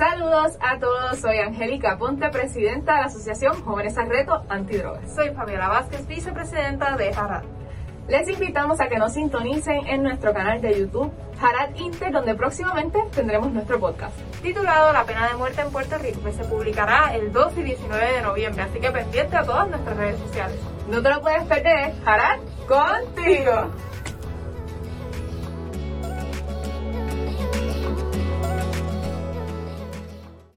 Saludos a todos, soy Angélica Ponte, presidenta de la Asociación Jóvenes al Reto Antidrogas. Soy Fabiola Vázquez, vicepresidenta de Jarad. Les invitamos a que nos sintonicen en nuestro canal de YouTube, Jarad Inter, donde próximamente tendremos nuestro podcast titulado La pena de muerte en Puerto Rico, que se publicará el 12 y 19 de noviembre, así que pendiente a todas nuestras redes sociales. No te lo puedes perder, Jarad contigo.